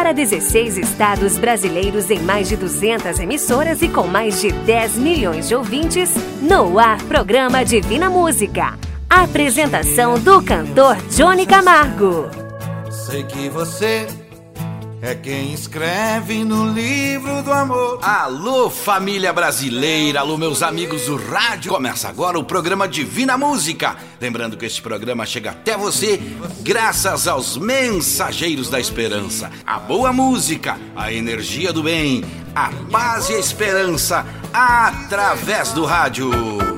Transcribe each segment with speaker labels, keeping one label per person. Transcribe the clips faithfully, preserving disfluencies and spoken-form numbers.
Speaker 1: para dezesseis estados brasileiros em mais de duzentas emissoras e com mais de dez milhões de ouvintes, no ar programa Divina Música. Apresentação do cantor Johnny Camargo.
Speaker 2: Sei que você é quem escreve no livro do amor.
Speaker 3: Alô, família brasileira, alô, meus amigos do rádio. Começa agora o programa Divina Música. Lembrando que este programa chega até você graças aos mensageiros da esperança. A boa música, a energia do bem, a paz e a esperança através do rádio.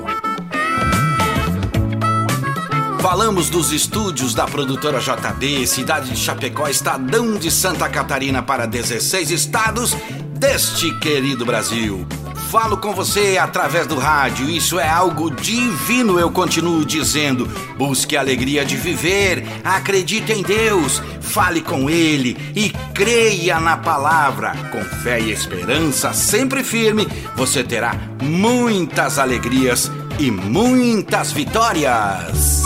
Speaker 3: Falamos dos estúdios da produtora J B, cidade de Chapecó, estadão de Santa Catarina para dezesseis estados deste querido Brasil. Falo com você através do rádio, isso é algo divino, eu continuo dizendo. Busque a alegria de viver, acredite em Deus, fale com Ele e creia na palavra. Com fé e esperança sempre firme, você terá muitas alegrias e muitas vitórias.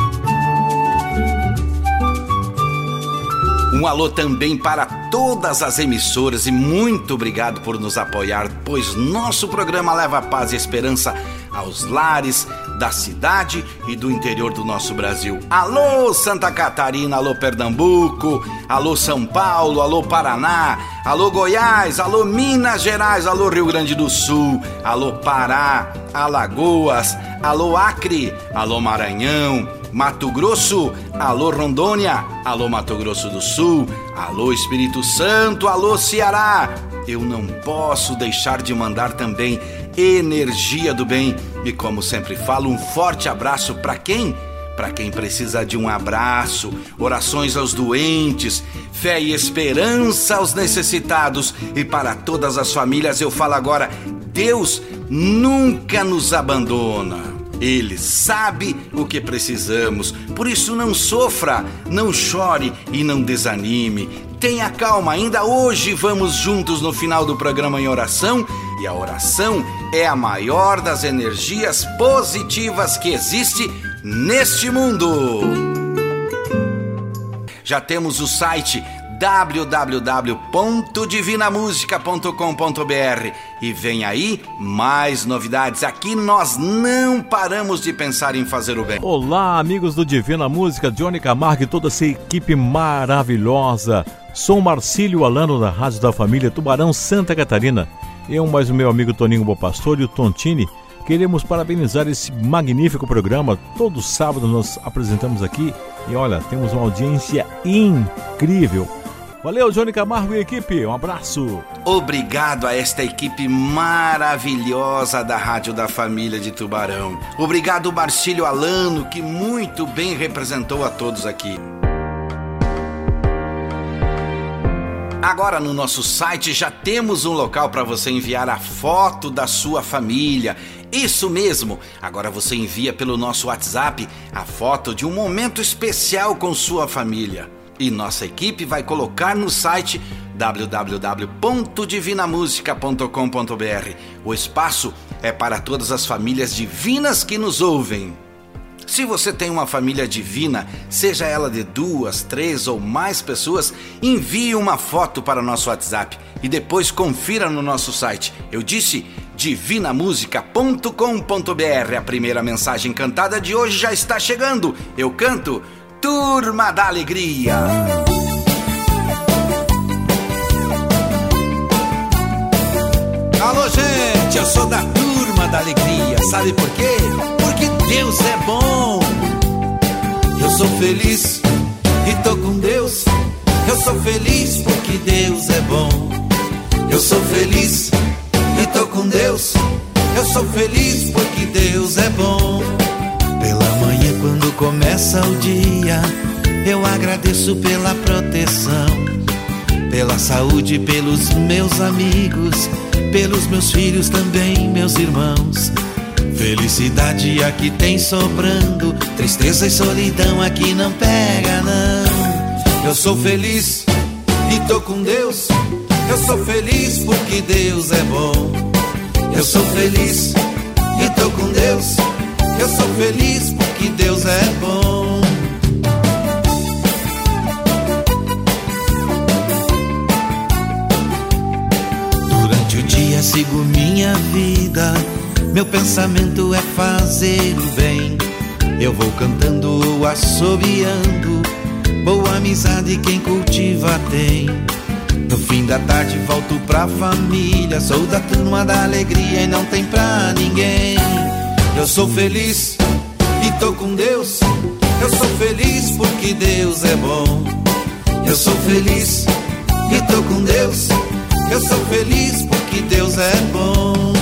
Speaker 3: Um alô também para todas as emissoras e muito obrigado por nos apoiar, pois nosso programa leva paz e esperança aos lares da cidade e do interior do nosso Brasil. Alô Santa Catarina, alô Pernambuco, alô São Paulo, alô Paraná, alô Goiás, alô Minas Gerais, alô Rio Grande do Sul, alô Pará, Alagoas, alô Acre, alô Maranhão, Mato Grosso, alô Rondônia, alô Mato Grosso do Sul, alô Espírito Santo, alô Ceará. Eu não posso deixar de mandar também energia do bem e, como sempre falo, um forte abraço para quem? Para quem precisa de um abraço, orações aos doentes, fé e esperança aos necessitados e para todas as famílias eu falo agora, Deus nunca nos abandona. Ele sabe o que precisamos, por isso não sofra, não chore e não desanime. Tenha calma, ainda hoje vamos juntos no final do programa em oração, e a oração é a maior das energias positivas que existe neste mundo. Já temos o site w w w ponto divina música ponto com ponto b r e vem aí mais novidades. Aqui nós não paramos de pensar em fazer o bem.
Speaker 4: Olá, amigos do Divina Música, Johnny Camargo e toda essa equipe maravilhosa. Sou Marcílio Alano da Rádio da Família Tubarão, Santa Catarina. Eu, mais o meu amigo Toninho Bopastor e o Tontini, queremos parabenizar esse magnífico programa. Todo sábado nós apresentamos aqui e olha, temos uma audiência incrível. Valeu, Johnny Camargo e equipe, um abraço.
Speaker 3: Obrigado a esta equipe maravilhosa da Rádio da Família de Tubarão. Obrigado, Marcílio Alano, que muito bem representou a todos aqui. Agora no nosso site já temos um local para você enviar a foto da sua família. Isso mesmo, agora você envia pelo nosso WhatsApp a foto de um momento especial com sua família. E nossa equipe vai colocar no site w w w ponto divina música ponto com ponto b r. O espaço é para todas as famílias divinas que nos ouvem. Se você tem uma família divina, seja ela de duas, três ou mais pessoas, envie uma foto para o nosso WhatsApp e depois confira no nosso site. Eu disse divina música ponto com ponto b r. A primeira mensagem cantada de hoje já está chegando. Eu canto Turma da Alegria.
Speaker 2: Alô, gente, eu sou da Turma da Alegria. Sabe por quê? Porque Deus é bom. Eu sou feliz e tô com Deus. Eu sou feliz porque Deus é bom. Eu sou feliz e tô com Deus. Eu sou feliz porque Deus é bom. Pela manhã quando começa o dia, eu agradeço pela proteção, pela saúde, pelos meus amigos, pelos meus filhos também, meus irmãos. Felicidade aqui tem sobrando, tristeza e solidão aqui não pega não. Eu sou feliz e tô com Deus. Eu sou feliz porque Deus é bom. Eu sou feliz e tô com Deus. Eu sou feliz porque Deus é bom. minha vida, meu pensamento é fazer o bem. Eu vou cantando ou assobiando, boa amizade quem cultiva tem. No fim da tarde volto pra família, sou da turma da alegria e não tem pra ninguém. Eu sou feliz e tô com Deus, eu sou feliz porque Deus é bom. Eu sou feliz e tô com Deus, eu sou feliz porque Deus é bom.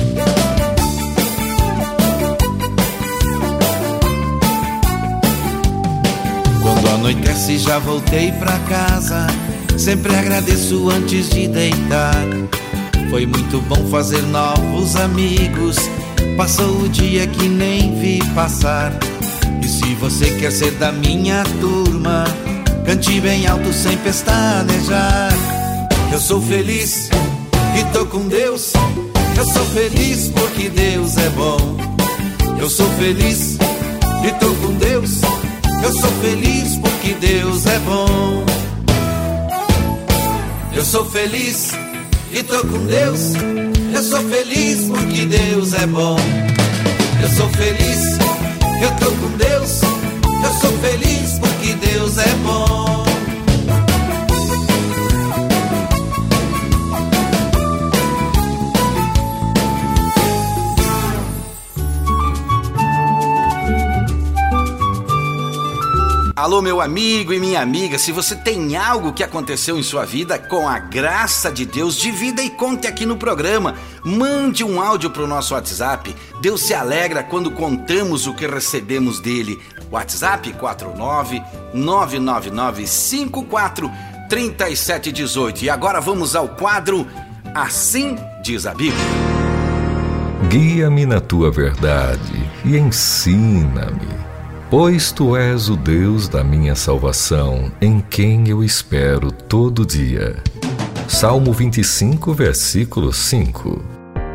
Speaker 2: Quando anoitece já voltei pra casa, sempre agradeço antes de deitar. Foi muito bom fazer novos amigos, passou o dia que nem vi passar. E se você quer ser da minha turma, cante bem alto sem pestanejar. Eu sou feliz e tô com Deus, eu sou feliz porque Deus é bom. Eu sou feliz e tô com Deus, eu sou feliz porque Deus é bom. Eu sou feliz e tô com Deus, eu sou feliz porque Deus é bom. Eu sou feliz, eu tô com Deus, eu sou feliz porque Deus é bom.
Speaker 3: Alô, meu amigo e minha amiga, se você tem algo que aconteceu em sua vida, com a graça de Deus, divida e conte aqui no programa. Mande um áudio para o nosso WhatsApp. Deus se alegra quando contamos o que recebemos dele. WhatsApp quatro nove nove nove nove cinco quatro três sete um oito. E agora vamos ao quadro Assim Diz a Bíblia.
Speaker 5: Guia-me na tua verdade e ensina-me, pois tu és o Deus da minha salvação, em quem eu espero todo dia. Salmo vinte e cinco, versículo cinco.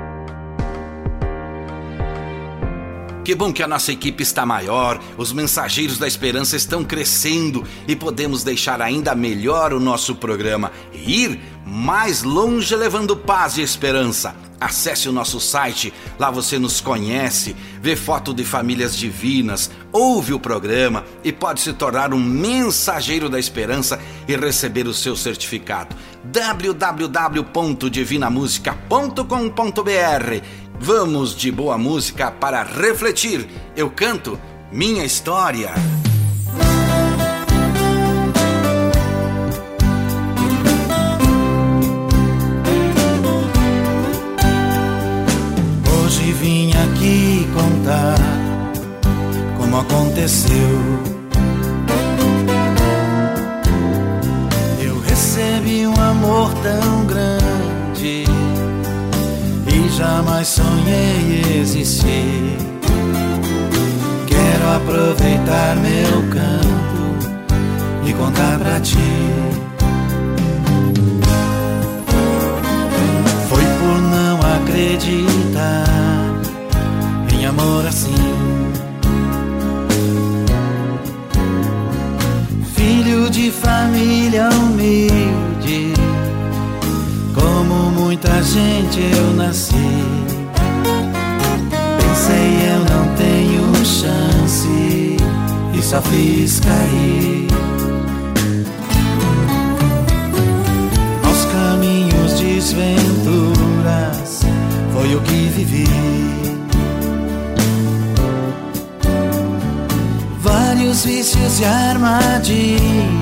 Speaker 3: Que bom que a nossa equipe está maior, os mensageiros da esperança estão crescendo e podemos deixar ainda melhor o nosso programa e ir mais longe levando paz e esperança. Acesse o nosso site, lá você nos conhece, vê foto de famílias divinas, ouve o programa e pode se tornar um mensageiro da esperança e receber o seu certificado. w w w ponto divina música ponto com ponto b r. Vamos de boa música para refletir. Eu canto minha história.
Speaker 2: Hoje vim aqui contar como aconteceu. Eu recebi um amor tão grande e jamais sonhei existir. Quero aproveitar meu canto e contar pra ti. Foi por não acreditar em amor assim. Filho de família humilde, como muita gente eu nasci. Pensei eu não tenho chance e só fiz cair aos caminhos desventuras. Foi o que vivi. Vários vícios e armadilhas,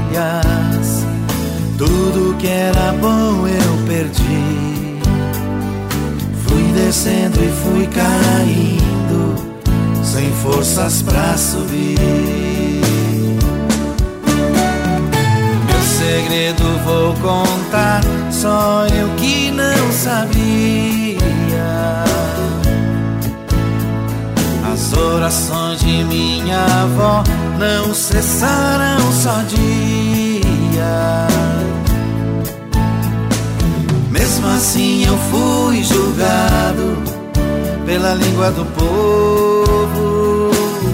Speaker 2: tudo que era bom eu perdi. Fui descendo e fui caindo, sem forças pra subir. Meu segredo vou contar, só eu que não sabia. As orações de minha avó não cessaram só dia. Mesmo assim eu fui julgado pela língua do povo,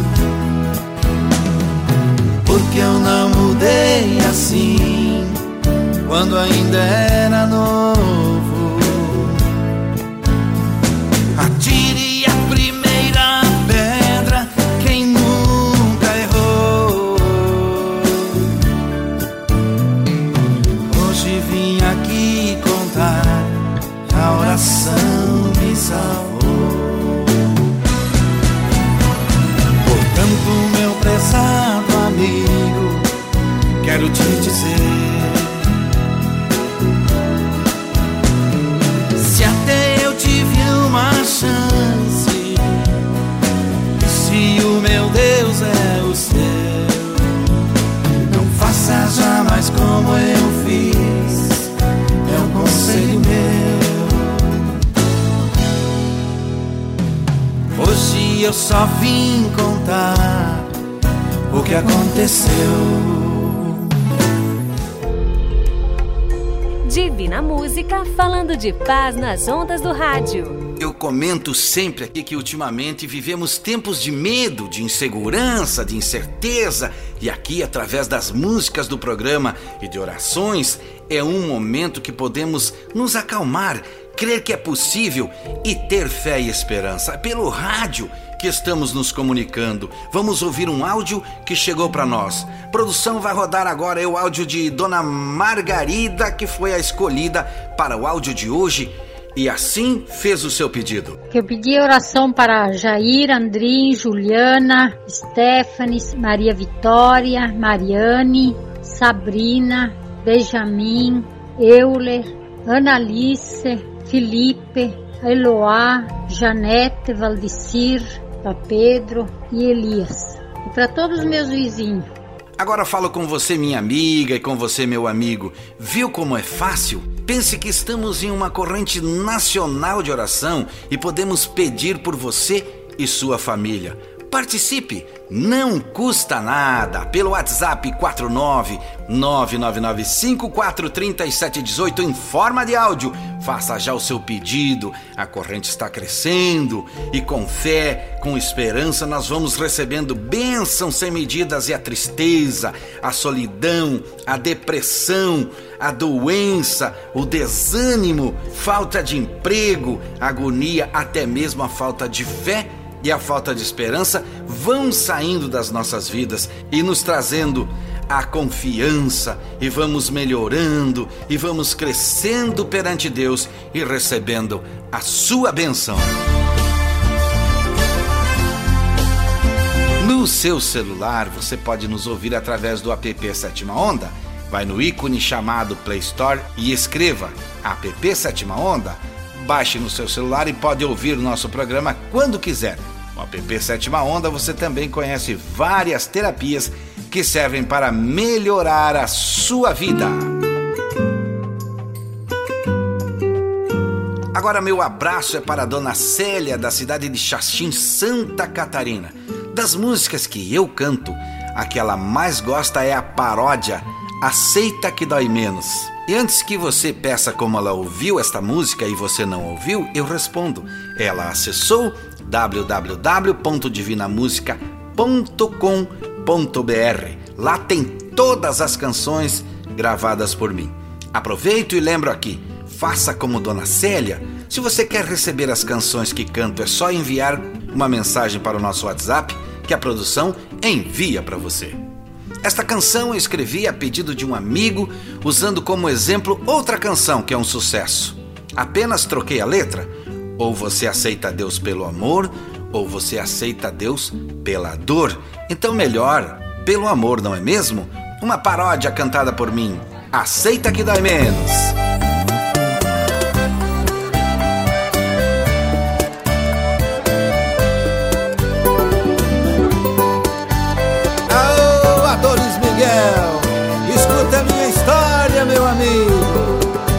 Speaker 2: porque eu não mudei assim quando ainda era novo. quero te dizer. Se até eu tive uma chance, se o meu Deus é o seu, não faça jamais como eu fiz, é um conselho meu. Hoje eu só vim contar o que aconteceu.
Speaker 1: Divina Música, falando de paz nas ondas do rádio.
Speaker 3: Eu comento sempre aqui que ultimamente vivemos tempos de medo, de insegurança, de incerteza. E aqui, através das músicas do programa e de orações, é um momento que podemos nos acalmar, crer que é possível e ter fé e esperança. Pelo rádio que estamos nos comunicando, vamos ouvir um áudio que chegou para nós. Produção, vai rodar agora é o áudio de Dona Margarida, que foi a escolhida para o áudio de hoje, e assim fez o seu pedido.
Speaker 6: Eu pedi oração para Jair, Andrim, Juliana, Stephanie, Maria Vitória, Mariane, Sabrina, Benjamin, Euler, Analice, Felipe, Eloá, Janete, Valdecir, para Pedro e Elias. E para todos os meus vizinhos.
Speaker 3: Agora falo com você, minha amiga, e com você, meu amigo. Viu como é fácil? Pense que estamos em uma corrente nacional de oração e podemos pedir por você e sua família. Participe, não custa nada, pelo WhatsApp quatro nove nove nove nove cinco quatro três sete um oito em forma de áudio. Faça já o seu pedido, a corrente está crescendo e com fé, com esperança, nós vamos recebendo bênçãos sem medidas e a tristeza, a solidão, a depressão, a doença, o desânimo, falta de emprego, agonia, até mesmo a falta de fé e a falta de esperança vão saindo das nossas vidas e nos trazendo a confiança, e vamos melhorando e vamos crescendo perante Deus e recebendo a sua bênção. No seu celular você pode nos ouvir através do app Sétima Onda. Vai no ícone chamado Play Store e escreva app Sétima Onda. Baixe no seu celular e pode ouvir o nosso programa quando quiser. No app Sétima Onda você também conhece várias terapias que servem para melhorar a sua vida. Agora meu abraço é para a Dona Célia, da cidade de Xaxim, Santa Catarina. Das músicas que eu canto, a que ela mais gosta é a paródia Aceita que Dói Menos. E antes que você peça como ela ouviu esta música e você não ouviu, eu respondo. Ela acessou w w w ponto divina música ponto com ponto b r. Lá tem todas as canções gravadas por mim. Aproveito e lembro aqui, faça como Dona Célia. Se você quer receber as canções que canto, é só enviar uma mensagem para o nosso WhatsApp que a produção envia para você. Esta canção eu escrevi a pedido de um amigo, usando como exemplo outra canção que é um sucesso. Apenas troquei a letra. Ou você aceita Deus pelo amor, ou você aceita Deus pela dor. Então melhor, pelo amor, não é mesmo? Uma paródia cantada por mim. Aceita que dói menos.
Speaker 2: Escuta a minha história, meu amigo.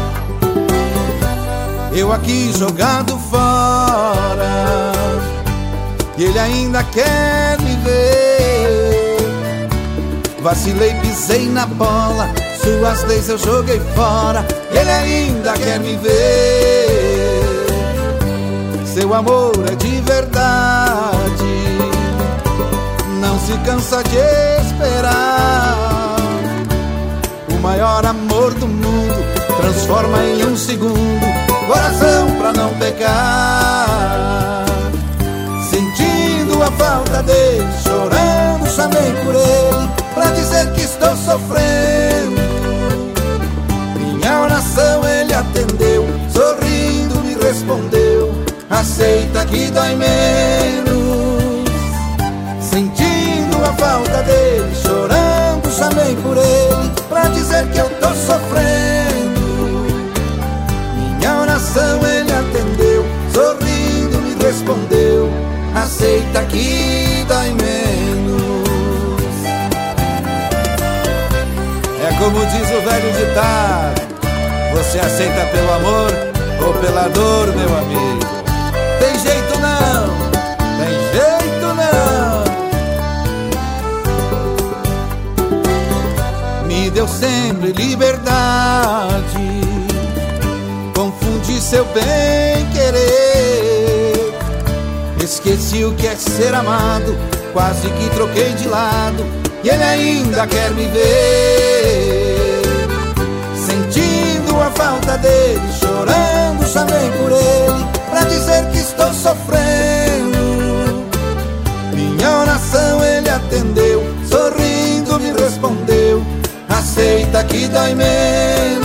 Speaker 2: Eu aqui jogado fora e ele ainda quer me ver. Vacilei, pisei na bola, suas leis eu joguei fora, ele ainda quer me ver. Seu amor é de verdade, não se cansa de esperar. O maior amor do mundo transforma em um segundo coração pra não pecar. Sentindo a falta dele, chorando, chamei por ele pra dizer que estou sofrendo. Minha oração ele atendeu, sorrindo me respondeu: aceita que dói menos. Sentindo a falta dele, chorando, chamei por por ele pra dizer que eu tô sofrendo. Minha oração ele atendeu, sorrindo me respondeu: aceita que dói menos. É como diz o velho ditado: você aceita pelo amor ou pela dor, meu amigo? Tem jeito não, tem jeito não. Me deu sempre liberdade, confundi seu bem querer. Esqueci o que é ser amado, quase que troquei de lado, e ele ainda quer me ver. Sentindo a falta dele, chorando, chamei por ele pra dizer que estou sofrendo. Minha oração ele atendeu, sorrindo me respondeu: aceita que dói menos.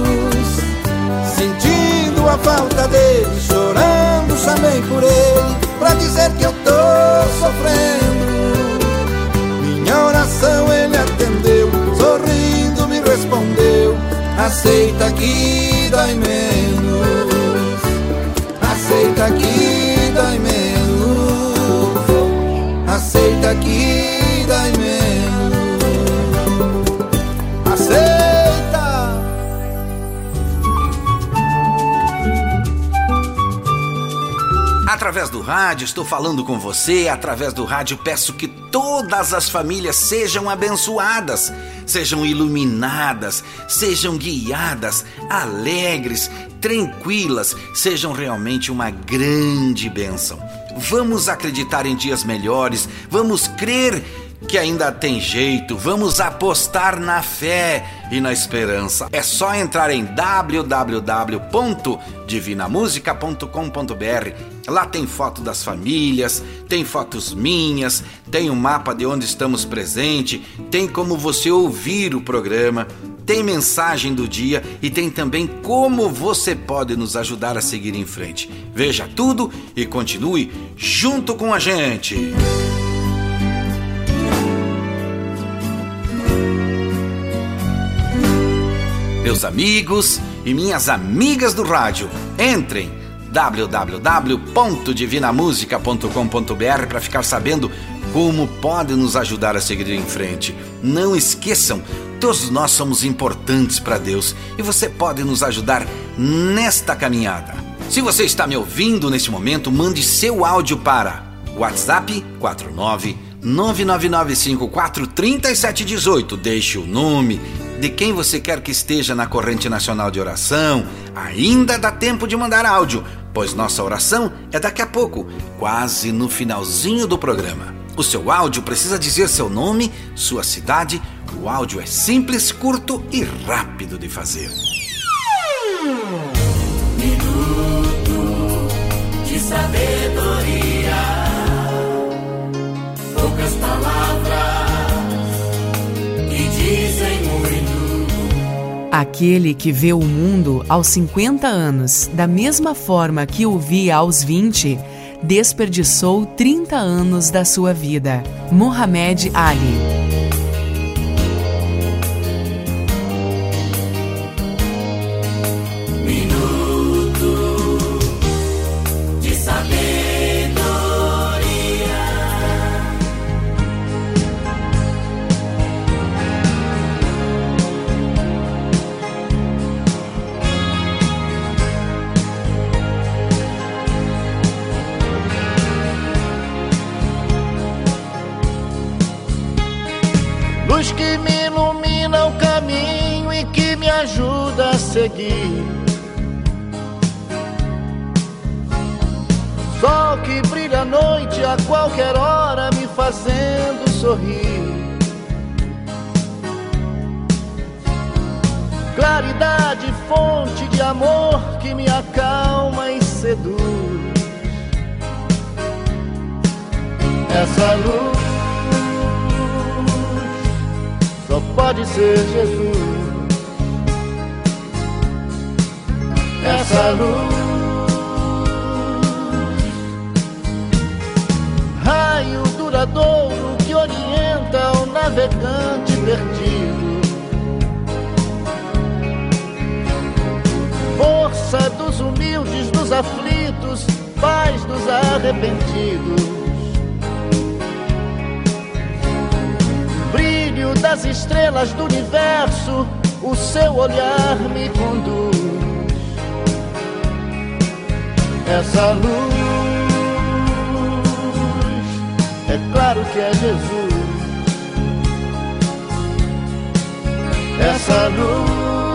Speaker 2: Sentindo a falta dele, chorando, chamei por ele pra dizer que eu tô sofrendo. Minha oração ele atendeu, sorrindo me respondeu: aceita que dói menos. Aceita que dói menos. Aceita que dói menos. Aceita.
Speaker 3: Através do rádio estou falando com você, através do rádio peço que todas as famílias sejam abençoadas, sejam iluminadas, sejam guiadas, alegres, tranquilas, sejam realmente uma grande bênção. Vamos acreditar em dias melhores, vamos crer que ainda tem jeito, vamos apostar na fé e na esperança. É só entrar em w w w ponto divina música ponto com ponto b r. Lá tem foto das famílias, tem fotos minhas, tem um mapa de onde estamos presentes, tem como você ouvir o programa, tem mensagem do dia e tem também como você pode nos ajudar a seguir em frente. Veja tudo e continue junto com a gente. Meus amigos e minhas amigas do rádio, entrem w w w ponto divina música ponto com ponto b r para ficar sabendo como pode nos ajudar a seguir em frente. Não esqueçam, todos nós somos importantes para Deus e você pode nos ajudar nesta caminhada. Se você está me ouvindo neste momento, mande seu áudio para WhatsApp quatro nove nove nove nove cinco quatro três sete um oito. Deixe o nome de quem você quer que esteja na corrente nacional de oração. Ainda dá tempo de mandar áudio, pois nossa oração é daqui a pouco, quase no finalzinho do programa. O seu áudio precisa dizer seu nome, sua cidade. O áudio é simples, curto e rápido de fazer.
Speaker 7: Minuto de sabedoria, poucas palavras que dizem muito.
Speaker 8: Aquele que vê o mundo aos cinquenta anos, da mesma forma que o via aos vinte, desperdiçou trinta anos da sua vida. Muhammad Ali.
Speaker 9: Luz que me ilumina o caminho e que me ajuda a seguir. Sol que brilha à noite a qualquer hora me fazendo sorrir. Claridade, fonte de amor que me acalma e seduz. Essa luz só pode ser Jesus. Essa luz, raio duradouro que orienta o navegante perdido. aflitos, paz dos arrependidos. Brilho das estrelas do universo, o seu olhar me conduz. Essa luz, é claro que é Jesus. Essa luz,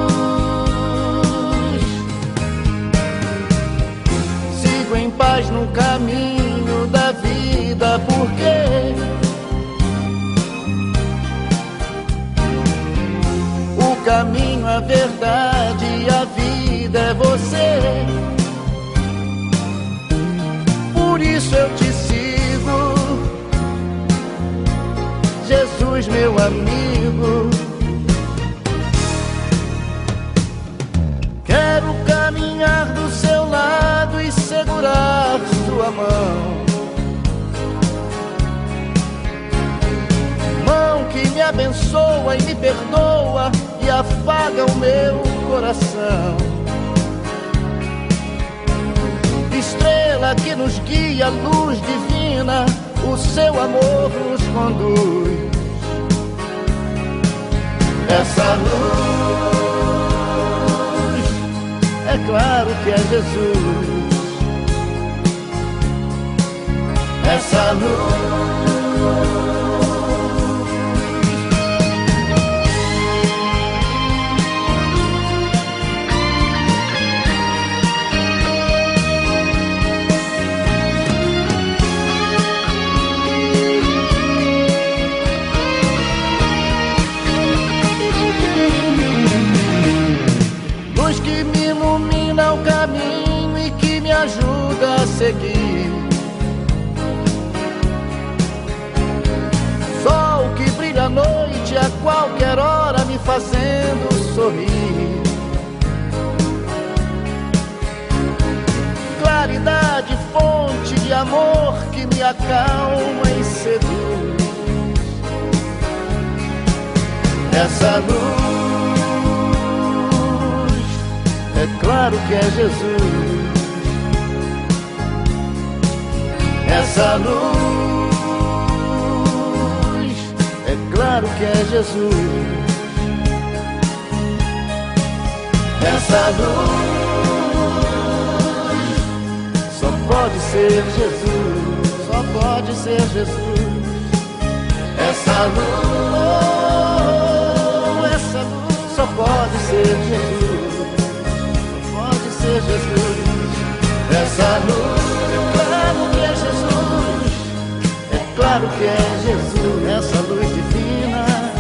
Speaker 9: sigo em paz no caminho da vida, porque o caminho, a verdade e a vida é você. Por isso eu te sigo, Jesus, meu amigo. Quero caminhar do seu lado e segurar sua mão, mão que me abençoa e me perdoa e afaga o meu coração. Estrela que nos guia, luz divina, o seu amor nos conduz. Essa luz, é claro que é Jesus. Essa luz, luz que me ilumina o caminho e que me ajuda a seguir. Sol que brilha à noite a qualquer hora, me fazendo sorrir. Claridade, fonte de amor que me acalma e seduz. Essa luz, é claro que é Jesus. Essa luz, é claro que é Jesus. Essa luz, só pode ser Jesus. Só pode ser Jesus. Essa luz, essa luz, só pode ser Jesus. Jesus, essa luz, é claro que é Jesus, é claro que é Jesus, essa luz divina,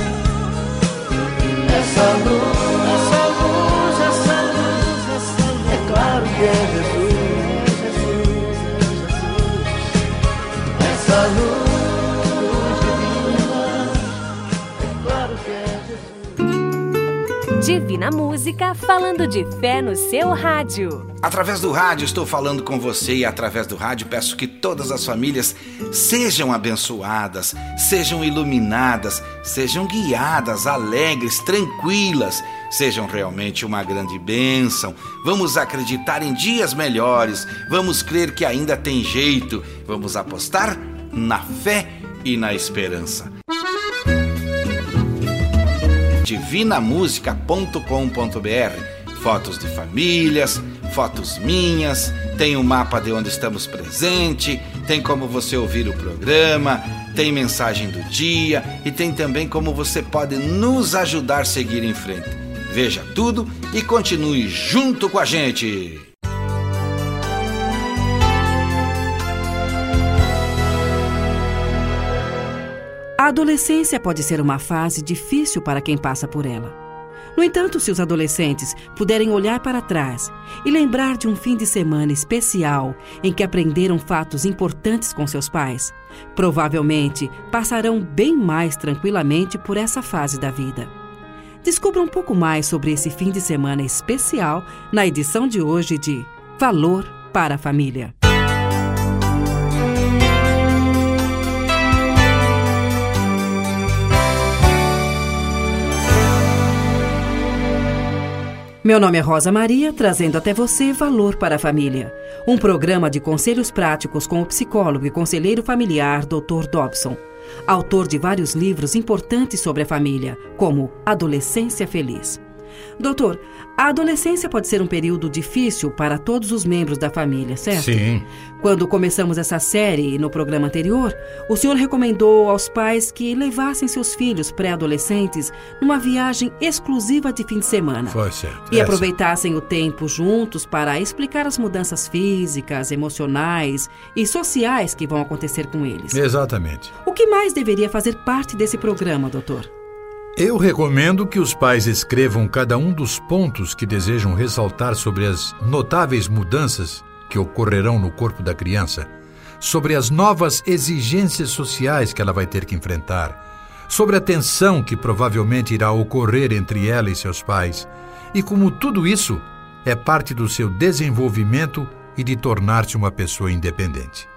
Speaker 9: essa luz, essa luz, essa luz, essa luz, é claro que é Jesus, é Jesus, é Jesus, essa luz divina, é claro que é Jesus.
Speaker 1: Divina Música, falando de fé no seu rádio.
Speaker 3: Através do rádio estou falando com você e através do rádio peço que todas as famílias sejam abençoadas, sejam iluminadas, sejam guiadas, alegres, tranquilas, sejam realmente uma grande bênção. Vamos acreditar em dias melhores, vamos crer que ainda tem jeito, vamos apostar na fé e na esperança. divina música ponto com ponto b r. Fotos de famílias, fotos minhas, tem um mapa de onde estamos presentes, tem como você ouvir o programa, tem mensagem do dia e tem também como você pode nos ajudar a seguir em frente. Veja tudo e continue junto com a gente.
Speaker 10: A adolescência pode ser uma fase difícil para quem passa por ela. No entanto, se os adolescentes puderem olhar para trás e lembrar de um fim de semana especial em que aprenderam fatos importantes com seus pais, provavelmente passarão bem mais tranquilamente por essa fase da vida. Descubra um pouco mais sobre esse fim de semana especial na edição de hoje de Valor para a Família. Meu nome é Rosa Maria, trazendo até você Valor para a Família, um programa de conselhos práticos com o psicólogo e conselheiro familiar doutor Dobson, autor de vários livros importantes sobre a família, como Adolescência Feliz. Doutor, a adolescência pode ser um período difícil para todos os membros da família, certo?
Speaker 11: Sim.
Speaker 10: Quando começamos essa série no programa anterior, o senhor recomendou aos pais que levassem seus filhos pré-adolescentes numa viagem exclusiva de fim de semana.
Speaker 11: Foi certo.
Speaker 10: E
Speaker 11: Essa.
Speaker 10: aproveitassem o tempo juntos para explicar as mudanças físicas, emocionais e sociais que vão acontecer com eles.
Speaker 11: Exatamente.
Speaker 10: O que mais deveria fazer parte desse programa, doutor?
Speaker 11: Eu recomendo que os pais escrevam cada um dos pontos que desejam ressaltar sobre as notáveis mudanças que ocorrerão no corpo da criança, sobre as novas exigências sociais que ela vai ter que enfrentar, sobre a tensão que provavelmente irá ocorrer entre ela e seus pais, e como tudo isso é parte do seu desenvolvimento e de tornar-se uma pessoa independente.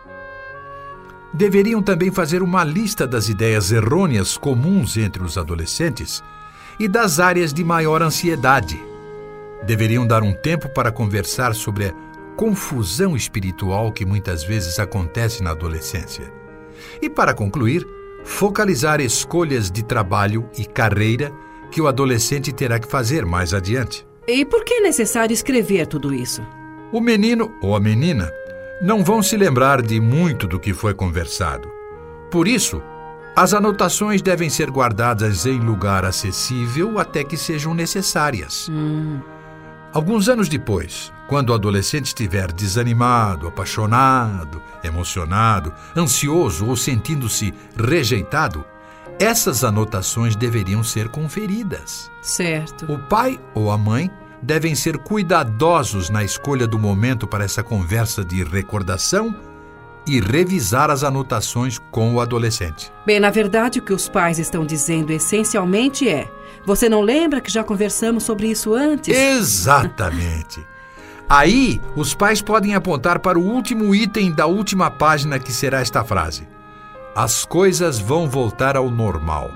Speaker 11: Deveriam também fazer uma lista das ideias errôneas comuns entre os adolescentes e das áreas de maior ansiedade. Deveriam dar um tempo para conversar sobre a confusão espiritual que muitas vezes acontece na adolescência. E, para concluir, focalizar escolhas de trabalho e carreira que o adolescente terá que fazer mais adiante.
Speaker 10: E por que é necessário escrever tudo isso?
Speaker 11: O menino ou a menina não vão se lembrar de muito do que foi conversado. Por isso, as anotações devem ser guardadas em lugar acessível até que sejam necessárias.
Speaker 10: Hum.
Speaker 11: Alguns anos depois, quando o adolescente estiver desanimado, apaixonado, emocionado, ansioso ou sentindo-se rejeitado, essas anotações deveriam ser conferidas.
Speaker 10: Certo.
Speaker 11: O pai ou a mãe devem ser cuidadosos na escolha do momento para essa conversa de recordação e revisar as anotações com o adolescente.
Speaker 10: Bem, na verdade, o que os pais estão dizendo essencialmente é: você não lembra que já conversamos sobre isso antes?
Speaker 11: Exatamente. Aí, os pais podem apontar para o último item da última página, que será esta frase: as coisas vão voltar ao normal.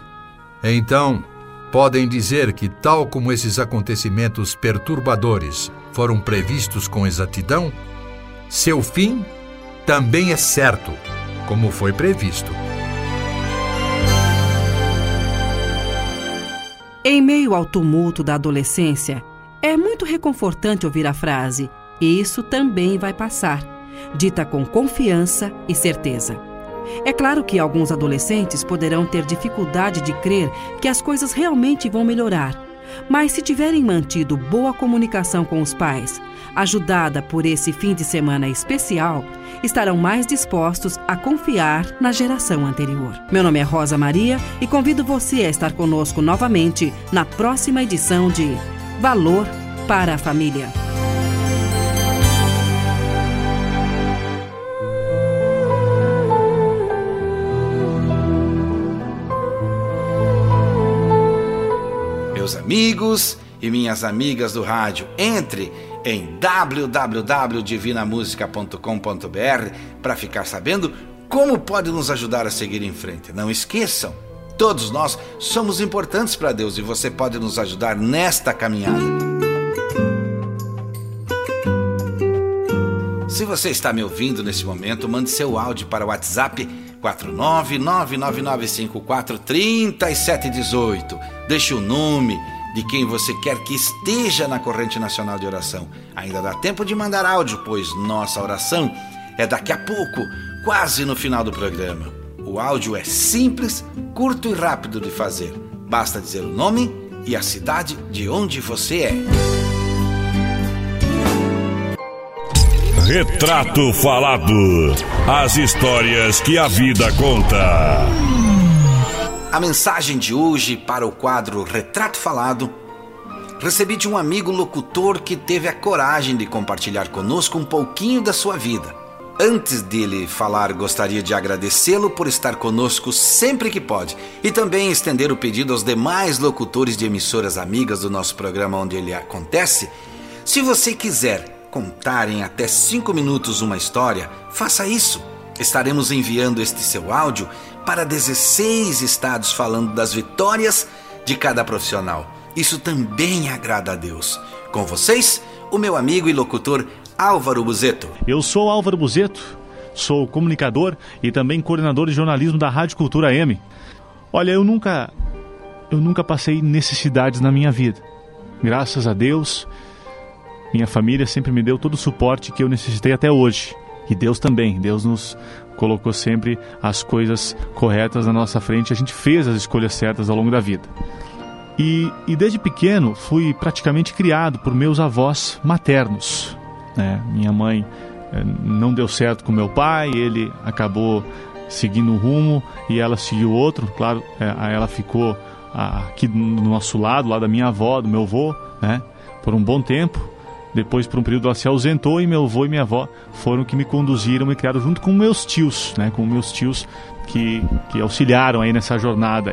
Speaker 11: Então, podem dizer que, tal como esses acontecimentos perturbadores foram previstos com exatidão, seu fim também é certo, como foi previsto.
Speaker 10: Em meio ao tumulto da adolescência, é muito reconfortante ouvir a frase "isso também vai passar", dita com confiança e certeza. É claro que alguns adolescentes poderão ter dificuldade de crer que as coisas realmente vão melhorar, mas se tiverem mantido boa comunicação com os pais, ajudada por esse fim de semana especial, estarão mais dispostos a confiar na geração anterior. Meu nome é Rosa Maria e convido você a estar conosco novamente na próxima edição de Valor para a Família.
Speaker 3: Amigos e minhas amigas do rádio, entre em w w w ponto divina música ponto com ponto b r para ficar sabendo como pode nos ajudar a seguir em frente. Não esqueçam, todos nós somos importantes para Deus e você pode nos ajudar nesta caminhada. Se você está me ouvindo nesse momento, mande seu áudio para o WhatsApp quatro nove nove nove nove cinco quatro três sete um oito. Deixe o nome de quem você quer que esteja na corrente nacional de oração. Ainda dá tempo de mandar áudio, pois nossa oração é daqui a pouco, quase no final do programa. O áudio é simples, curto e rápido de fazer. Basta dizer o nome e a cidade de onde você é.
Speaker 12: Retrato Falado. As histórias que a vida conta.
Speaker 3: A mensagem de hoje para o quadro Retrato Falado recebi de um amigo locutor que teve a coragem de compartilhar conosco um pouquinho da sua vida. Antes dele falar, gostaria de agradecê-lo por estar conosco sempre que pode e também estender o pedido aos demais locutores de emissoras amigas do nosso programa onde ele acontece. Se você quiser contar em até cinco minutos uma história, faça isso. Estaremos enviando este seu áudio para dezesseis estados falando das vitórias de cada profissional. Isso também agrada a Deus. Com vocês, o meu amigo e locutor Álvaro Buzeto.
Speaker 13: Eu sou Álvaro Buzeto, sou comunicador e também coordenador de jornalismo da Rádio Cultura M. Olha, eu nunca, eu nunca passei necessidades na minha vida. Graças a Deus, minha família sempre me deu todo o suporte que eu necessitei até hoje. E Deus também, Deus nos colocou sempre as coisas corretas na nossa frente. A gente fez as escolhas certas ao longo da vida. E, e desde pequeno fui praticamente criado por meus avós maternos. Né? Minha mãe eh, não deu certo com meu pai, ele acabou seguindo um rumo e ela seguiu outro. Claro, eh, ela ficou ah, aqui do nosso lado, lá da minha avó, do meu avô, né? Por um bom tempo. Depois, por um período, ela se ausentou e meu avô e minha avó foram que me conduziram e me criaram junto com meus tios, né? Com meus tios que, que auxiliaram aí nessa jornada. Aí.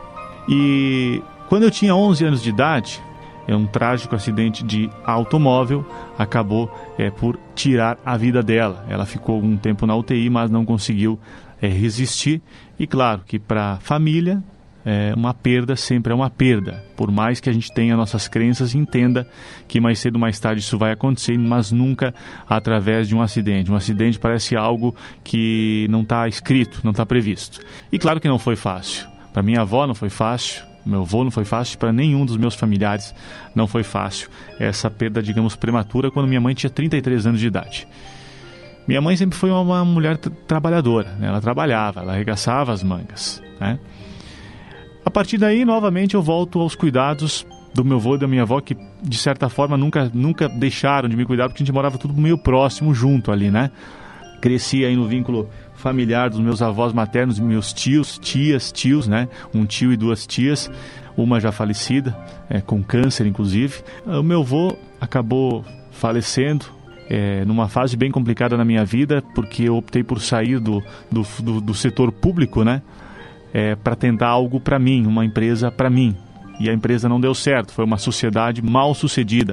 Speaker 13: E quando eu tinha onze anos de idade, um trágico acidente de automóvel acabou é, por tirar a vida dela. Ela ficou um tempo na U T I, mas não conseguiu é, resistir. E claro que para a família, é, uma perda sempre é uma perda. Por mais que a gente tenha nossas crenças, entenda que mais cedo ou mais tarde isso vai acontecer, mas nunca através de um acidente. Um acidente parece algo que não está escrito, não está previsto. E claro que não foi fácil. Para minha avó não foi fácil. Meu avô não foi fácil, para nenhum dos meus familiares não foi fácil essa perda, digamos, prematura, quando minha mãe tinha trinta e três anos de idade. Minha mãe sempre foi uma mulher t- trabalhadora, né? Ela trabalhava, ela arregaçava as mangas, né? A partir daí, novamente, eu volto aos cuidados do meu avô e da minha avó, que de certa forma nunca, nunca deixaram de me cuidar, porque a gente morava tudo meio próximo, junto ali, né? Cresci aí no vínculo familiar dos meus avós maternos, meus tios, tias, tios, né? Um tio e duas tias, uma já falecida, é, com câncer inclusive. O meu avô acabou falecendo é, numa fase bem complicada na minha vida, porque eu optei por sair do, do, do, do setor público, né? É, para tentar algo para mim, uma empresa para mim. E a empresa não deu certo, foi uma sociedade mal sucedida.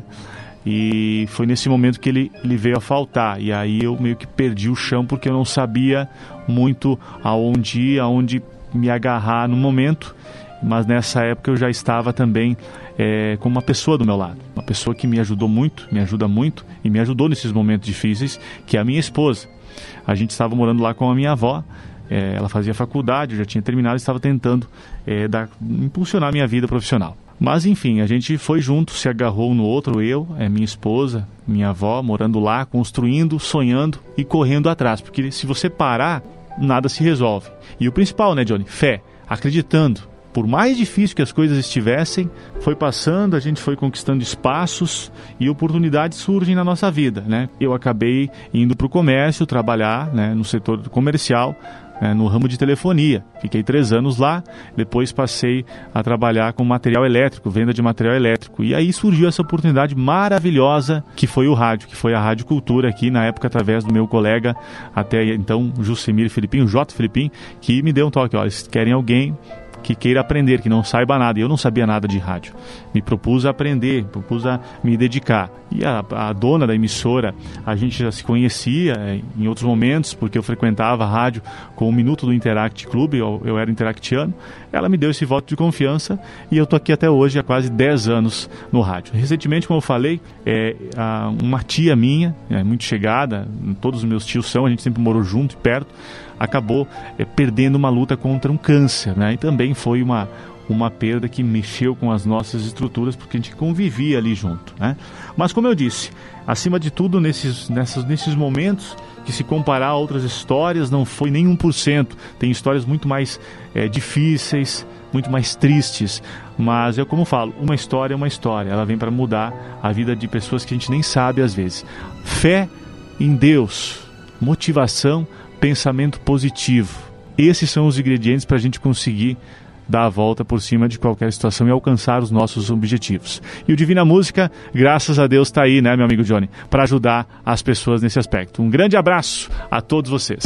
Speaker 13: E foi nesse momento que ele, ele veio a faltar. E aí eu meio que perdi o chão, porque eu não sabia muito aonde ir, aonde me agarrar no momento. Mas nessa época eu já estava também é, com uma pessoa do meu lado. Uma pessoa que me ajudou muito, me ajuda muito e me ajudou nesses momentos difíceis, que é a minha esposa. A gente estava morando lá com a minha avó. É, ela fazia faculdade, eu já tinha terminado e estava tentando é, dar, impulsionar a minha vida profissional. Mas enfim, a gente foi junto, se agarrou um no outro, eu, é, minha esposa, minha avó, morando lá, construindo, sonhando e correndo atrás. Porque se você parar, nada se resolve. E o principal, né, Johnny? Fé, acreditando. Por mais difícil que as coisas estivessem, foi passando, a gente foi conquistando espaços e oportunidades surgem na nossa vida, né? Eu acabei indo para o comércio, trabalhar, né, no setor comercial, É, no ramo de telefonia. Fiquei três anos lá, depois passei a trabalhar com material elétrico, venda de material elétrico. E aí surgiu essa oportunidade maravilhosa que foi o rádio, que foi a Rádio Cultura aqui, na época, através do meu colega, até então, Jusemir Filipim, o J. Filipim, que me deu um toque, olha, eles querem alguém que queira aprender, que não saiba nada. E eu não sabia nada de rádio. Me propus a aprender, propus a me dedicar. E a, a dona da emissora, a gente já se conhecia é, em outros momentos, porque eu frequentava a rádio com o Minuto do Interact Club, eu, eu era interactiano. Ela me deu esse voto de confiança e eu estou aqui até hoje, há quase dez anos no rádio. Recentemente, como eu falei, é, a, uma tia minha, é, muito chegada, todos os meus tios são, a gente sempre morou junto e perto, acabou é, perdendo uma luta contra um câncer, né? E também foi uma, uma perda que mexeu com as nossas estruturas, porque a gente convivia ali junto, né? Mas como eu disse, acima de tudo, nesses, nessas, nesses momentos, que se comparar a outras histórias, não foi nem um por cento. Tem histórias muito mais é, difíceis, muito mais tristes, mas eu como falo, uma história é uma história, ela vem para mudar a vida de pessoas que a gente nem sabe às vezes. Fé em Deus, motivação, pensamento positivo. Esses são os ingredientes para a gente conseguir dar a volta por cima de qualquer situação e alcançar os nossos objetivos. E o Divina Música, graças a Deus, está aí, né, meu amigo Johnny, para ajudar as pessoas nesse aspecto. Um grande abraço a todos vocês.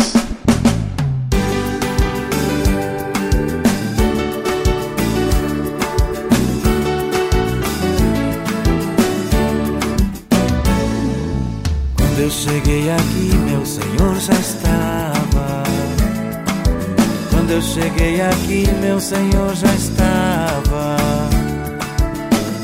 Speaker 2: Quando eu cheguei aqui, meu Senhor já estava. Quando eu cheguei aqui, meu Senhor já estava.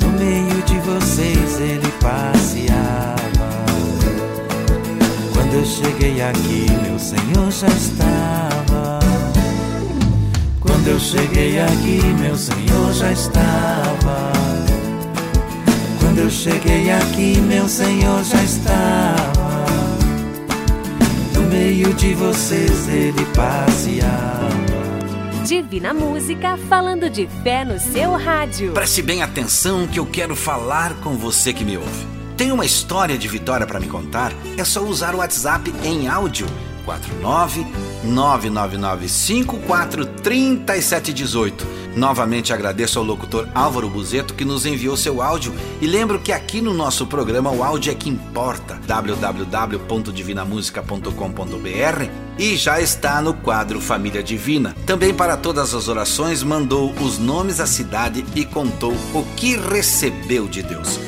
Speaker 2: cheguei aqui, meu Senhor já estava. Quando eu cheguei aqui, meu Senhor já estava. Quando eu cheguei aqui, meu Senhor já estava. No meio de vocês ele passeava.
Speaker 1: Divina Música, falando de fé no seu rádio.
Speaker 3: Preste bem atenção que eu quero falar com você que me ouve. Tem uma história de vitória para me contar? É só usar o WhatsApp em áudio quatro nove nove nove nove cinco quatro três sete um oito. Novamente agradeço ao locutor Álvaro Buzeto que nos enviou seu áudio e lembro que aqui no nosso programa o áudio é que importa. w w w ponto divina música ponto com ponto b r e já está no quadro Família Divina. Também para todas as orações mandou os nomes, a cidade e contou o que recebeu de Deus.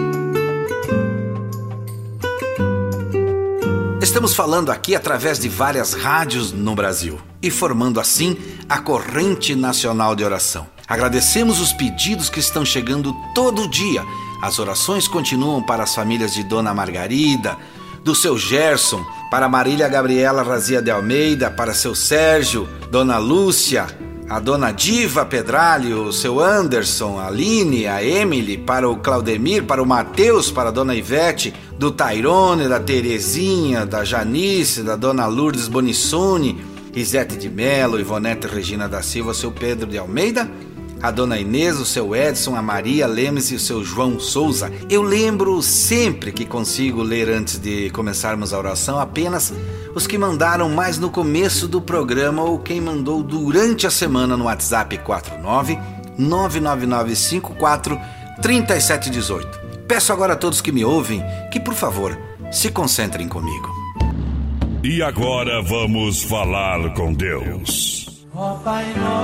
Speaker 3: Estamos falando aqui através de várias rádios no Brasil e formando assim a corrente nacional de oração. Agradecemos os pedidos que estão chegando todo dia. As orações continuam para as famílias de Dona Margarida, do seu Gerson, para Marília Gabriela Razia de Almeida, para seu Sérgio, Dona Lúcia, a Dona Diva Pedralho, o seu Anderson, a Aline, a Emily, para o Claudemir, para o Matheus, para a Dona Ivete, do Tairone, da Terezinha, da Janice, da Dona Lourdes Bonissoni, Isete de Mello, Ivonete Regina da Silva, o seu Pedro de Almeida, a Dona Inês, o seu Edson, a Maria Lemes e o seu João Souza. Eu lembro sempre que consigo ler antes de começarmos a oração apenas os que mandaram mais no começo do programa ou quem mandou durante a semana no WhatsApp quatro nove nove nove nove cinco quatro três sete um oito. Peço agora a todos que me ouvem que, por favor, se concentrem comigo.
Speaker 12: E agora vamos falar com Deus.
Speaker 7: Ó Pai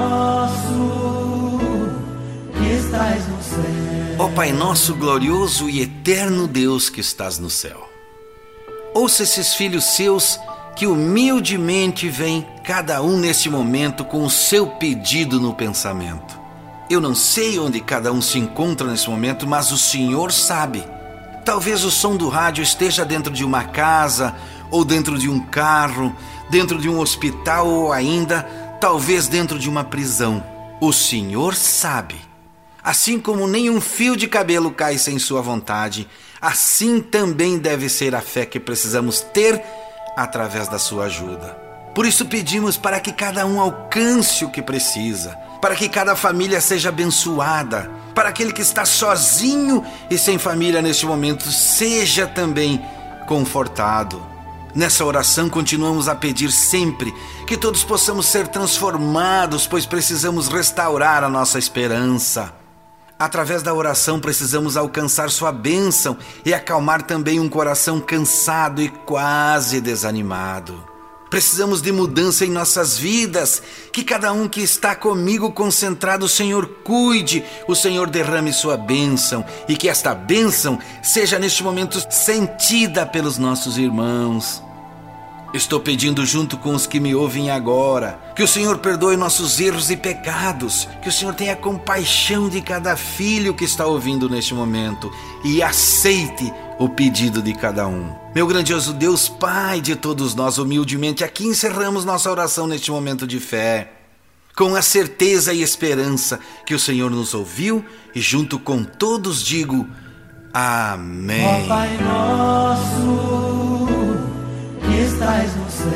Speaker 7: nosso, que estás no céu.
Speaker 3: Ó Pai nosso glorioso e eterno Deus que estás no céu. Ouça esses filhos seus que humildemente vêm, cada um neste momento, com o seu pedido no pensamento. Eu não sei onde cada um se encontra nesse momento, mas o Senhor sabe. Talvez o som do rádio esteja dentro de uma casa, ou dentro de um carro, dentro de um hospital, ou ainda, talvez dentro de uma prisão. O Senhor sabe. Assim como nenhum fio de cabelo cai sem sua vontade, assim também deve ser a fé que precisamos ter através da sua ajuda. Por isso pedimos para que cada um alcance o que precisa, para que cada família seja abençoada, para aquele que está sozinho e sem família neste momento seja também confortado. Nessa oração continuamos a pedir sempre que todos possamos ser transformados, pois precisamos restaurar a nossa esperança. Através da oração precisamos alcançar sua bênção e acalmar também um coração cansado e quase desanimado. Precisamos de mudança em nossas vidas, que cada um que está comigo concentrado, o Senhor cuide, o Senhor derrame sua bênção e que esta bênção seja neste momento sentida pelos nossos irmãos. Estou pedindo junto com os que me ouvem agora, que o Senhor perdoe nossos erros e pecados, que o Senhor tenha compaixão de cada filho que está ouvindo neste momento e aceite o pedido de cada um. Meu grandioso Deus, Pai de todos nós, humildemente aqui encerramos nossa oração neste momento de fé, com a certeza e esperança que o Senhor nos ouviu e junto com todos digo amém.
Speaker 7: Ó Pai nosso, que estás no céu.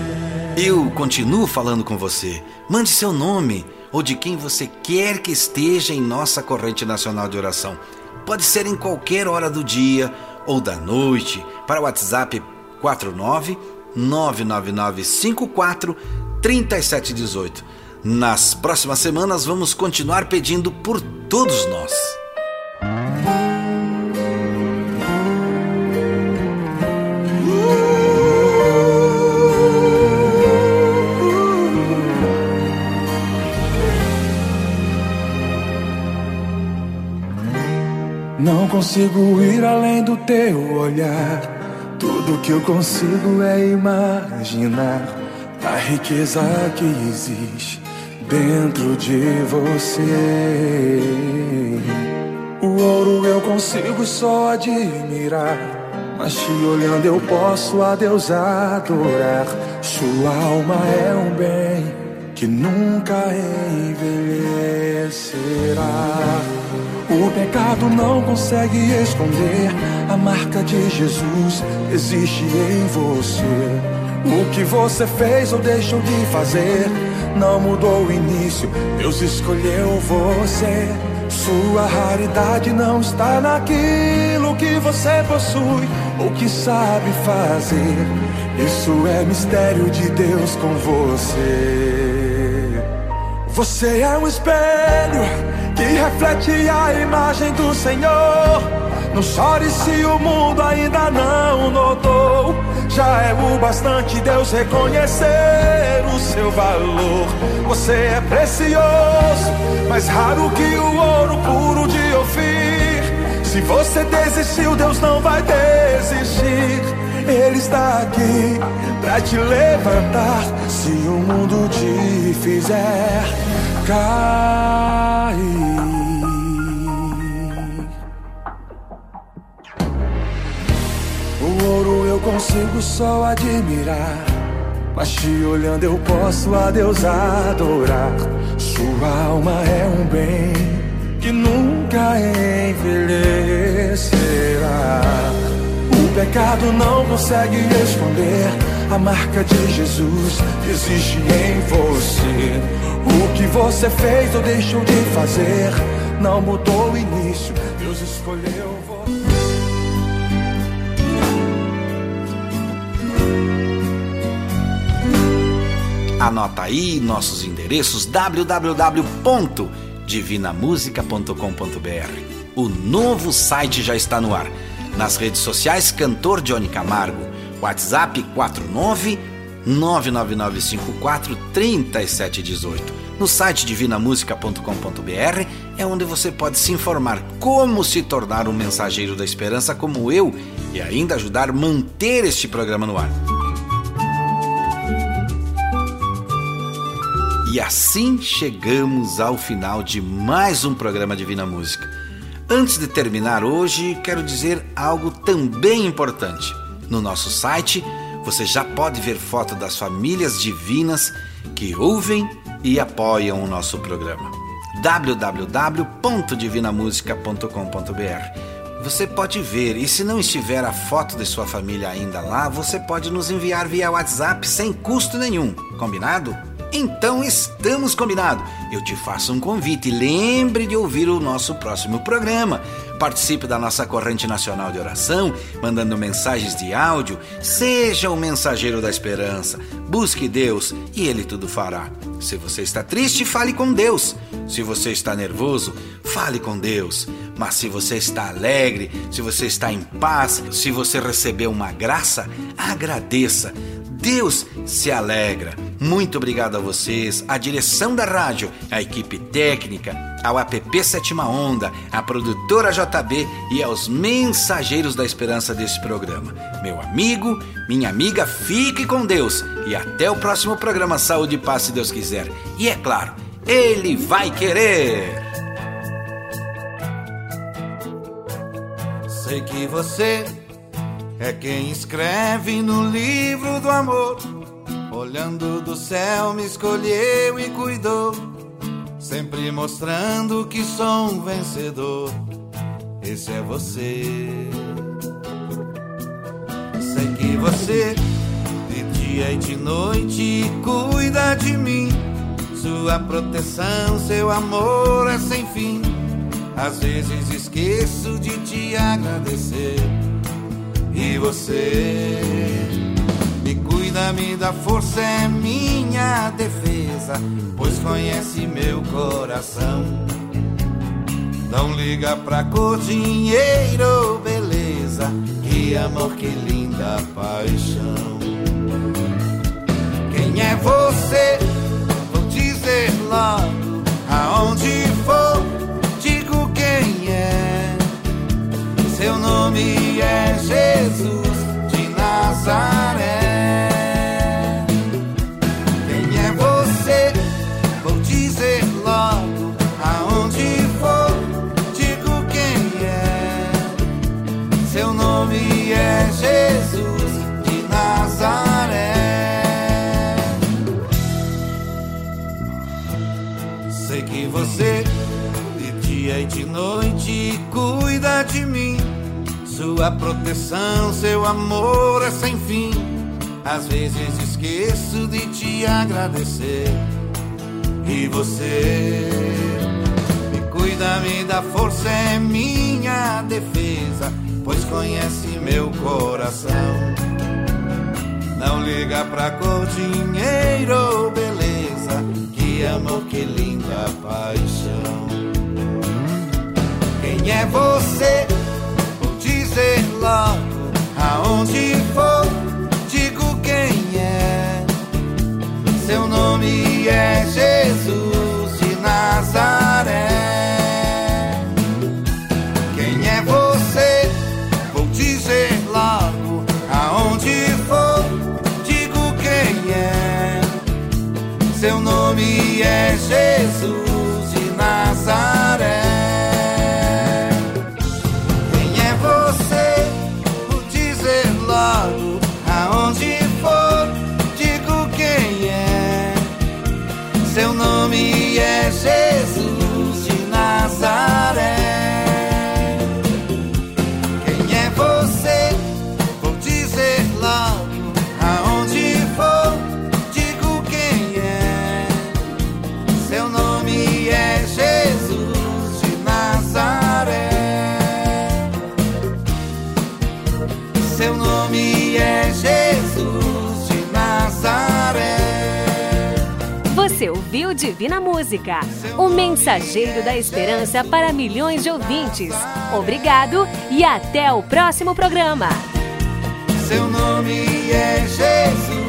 Speaker 3: Eu continuo falando com você. Mande seu nome ou de quem você quer que esteja em nossa corrente nacional de oração. Pode ser em qualquer hora do dia ou da noite, para o WhatsApp quatro nove nove nove nove cinco quatro três sete um oito. Nas próximas semanas vamos continuar pedindo por todos nós.
Speaker 14: Não consigo ir além do teu olhar. Tudo que eu consigo é imaginar a riqueza que existe dentro de você. O ouro eu consigo só admirar, mas te olhando eu posso a Deus adorar. Sua alma é um bem que nunca envelhecerá. O pecado não consegue esconder a marca de Jesus existe em você. O que você fez ou deixou de fazer não mudou o início, Deus escolheu você. Sua raridade não está naquilo que você possui ou que sabe fazer. Isso é mistério de Deus com você. Você é um espelho que reflete a imagem do Senhor. Não chore se o mundo ainda não notou. Já é o bastante Deus reconhecer o seu valor. Você é precioso, mais raro que o ouro puro de Ofir. Se você desistiu, Deus não vai desistir. Ele está aqui pra te levantar. Se o mundo te fizer cair. O ouro eu consigo só admirar, mas te olhando eu posso a Deus adorar. Sua alma é um bem que nunca envelhecerá. O pecado não consegue esconder a marca de Jesus existe em você. O que você fez ou deixou de fazer não mudou o início, Deus escolheu você.
Speaker 3: Anota aí nossos endereços: w w w ponto divina música ponto com ponto b r. O novo site já está no ar. Nas redes sociais, Cantor Johnny Camargo. WhatsApp quatro nove nove nove nove cinco quatro três sete um oito. No site divina música ponto com ponto b r é onde você pode se informar como se tornar um mensageiro da esperança como eu e ainda ajudar a manter este programa no ar. E assim chegamos ao final de mais um programa Divina Música. Antes de terminar hoje, quero dizer algo também importante. No nosso site, você já pode ver foto das famílias divinas que ouvem e apoiam o nosso programa. w w w ponto divina música ponto com ponto b r. Você pode ver, e se não estiver a foto de sua família ainda lá, você pode nos enviar via WhatsApp sem custo nenhum. Combinado? Então estamos combinados. Eu te faço um convite. Lembre de ouvir o nosso próximo programa. Participe da nossa corrente nacional de oração, mandando mensagens de áudio. Seja o mensageiro da esperança. Busque Deus e Ele tudo fará. Se você está triste, fale com Deus. Se você está nervoso, fale com Deus. Mas se você está alegre, se você está em paz, se você recebeu uma graça, agradeça. Deus se alegra. Muito obrigado a vocês, a direção da rádio, a equipe técnica, ao app Sétima Onda, a produtora J B e aos mensageiros da esperança desse programa. Meu amigo, minha amiga, fique com Deus e até o próximo programa Saúde e Paz, se Deus quiser. E é claro, Ele vai querer.
Speaker 2: Sei que você é quem escreve no livro do amor. Olhando do céu me escolheu e cuidou, sempre mostrando que sou um vencedor. Esse é você. Sei que você de dia e de noite cuida de mim. Sua proteção, seu amor é sem fim. Às vezes esqueço de te agradecer. E você me cuida, me dá força, é minha defesa, pois conhece meu coração. Não liga pra cor, dinheiro, beleza, que amor, que linda paixão. Quem é você? Vou dizer logo, aonde for, digo quem é. Seu nome é Jesus de Nazaré. Logo, aonde for, digo quem é. Seu nome é você de dia e de noite, cuida de mim. Sua proteção, seu amor é sem fim. Às vezes esqueço de te agradecer. E você me cuida, me dá força, é minha defesa, pois conhece meu coração. Não liga pra cor, dinheiro ou beleza, que amor, que linda paixão. Quem é você? Vou dizer logo, aonde for, digo quem é. Seu nome é Jesus de Nazaré. Quem é você? Vou dizer logo, aonde for, digo quem é. Seu nome é Jesus de Nazaré. Quem é você? Vou dizer logo, aonde for, digo quem é. Seu nome é Jesus de Nazaré. Quem é você? Vou dizer logo, aonde for, digo quem é. Seu nome é Jesus de Nazaré. Seu nome é Jesus de Nazaré.
Speaker 1: Você ouviu Divina Música, o mensageiro da esperança para milhões de ouvintes. Obrigado e até o próximo programa.
Speaker 2: Seu nome é Jesus.